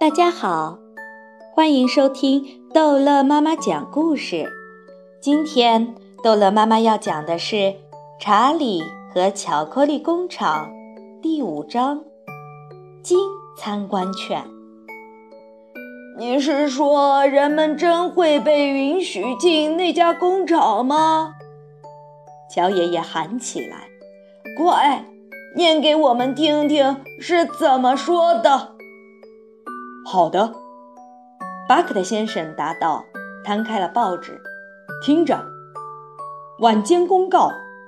大家好，欢迎收听逗乐妈妈讲故事。今天逗乐妈妈要讲的是《查理和巧克力工厂》第5章金参观券。 你是说人们真会被允许进那家工厂吗？ 乔爷爷喊起来， 快念给我们听听是怎么说的。 好的，巴克特先生答道，摊开了报纸。听着，晚间公告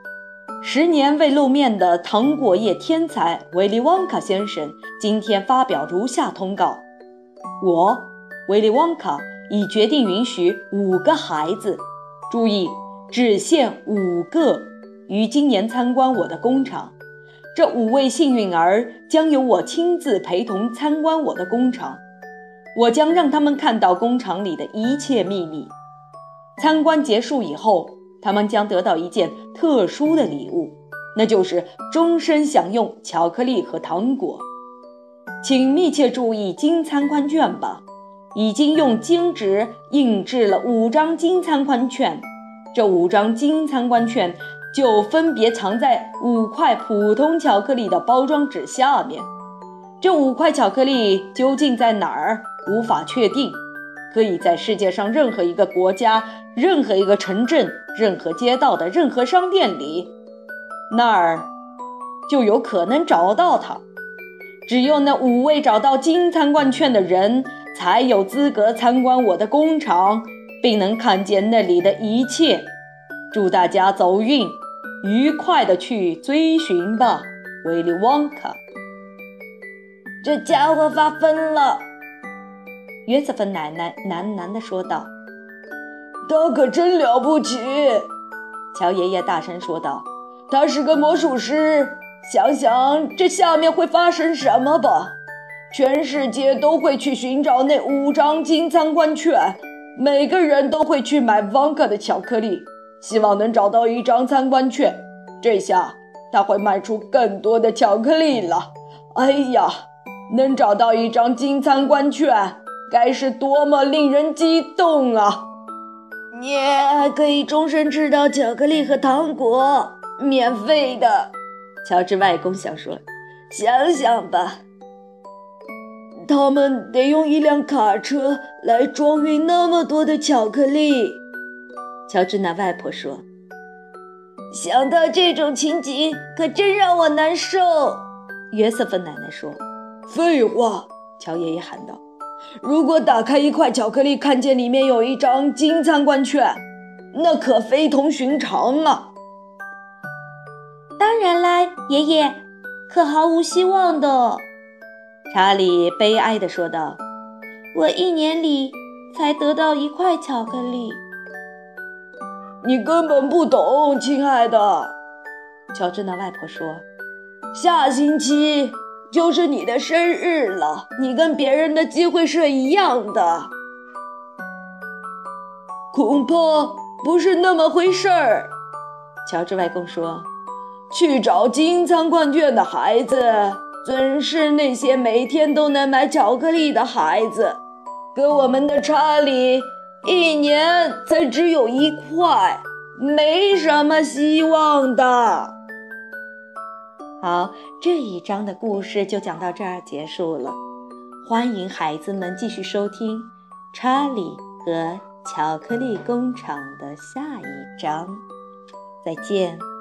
，10年未露面的糖果业天才威利旺卡先生今天发表如下通告：我威利旺卡已决定允许5个孩子，注意，只限5个，于今年参观我的工厂。这5位幸运儿将由我亲自陪同参观我的工厂，我将让他们看到工厂里的一切秘密。参观结束以后，他们将得到一件特殊的礼物，那就是终身享用巧克力和糖果。请密切注意金参观券吧，已经用金纸印制了5张金参观券，这5张金参观券就分别藏在5块普通巧克力的包装纸下面。这5块巧克力究竟在哪儿，无法确定，可以在世界上任何一个国家、任何一个城镇、任何街道的任何商店里，那儿就有可能找到它。只有那5位找到金参观券的人才有资格参观我的工厂，并能看见那里的一切。祝大家走运，愉快地去追寻吧，威利旺卡。 这家伙发疯了， 约瑟芬奶奶喃喃地说道。 他可真了不起， 乔爷爷大声说道。 他是个魔术师，想想这下面会发生什么吧。全世界都会去寻找那5张金参观券，每个人都会去买旺卡的巧克力，希望能找到1张参观券，这下他会卖出更多的巧克力了。哎呀，能找到1张金参观券，该是多么令人激动啊！你还可以终身吃到巧克力和糖果，免费的。 乔治外公想说， 想想吧，他们得用1辆卡车来装运那么多的巧克力。 乔治娜外婆说， 想到这种情景可真让我难受。 约瑟芬奶奶说。 废话，乔爷爷喊道，如果打开1块巧克力，看见里面有1张金参观券，那可非同寻常啊。 当然啦，爷爷，可毫无希望的。查理悲哀地说道，我1年里才得到1块巧克力。 你根本不懂，亲爱的， 乔治娜外婆说， 下星期就是你的生日了，你跟别人的机会是一样的。恐怕不是那么回事儿， 乔治外公说， 去找金参观券的孩子准是那些每天都能买巧克力的孩子，跟我们的查理1年才只有1块，没什么希望的。 好，这一章的故事就讲到这儿结束了。欢迎孩子们继续收听查理和巧克力工厂的下一章。再见。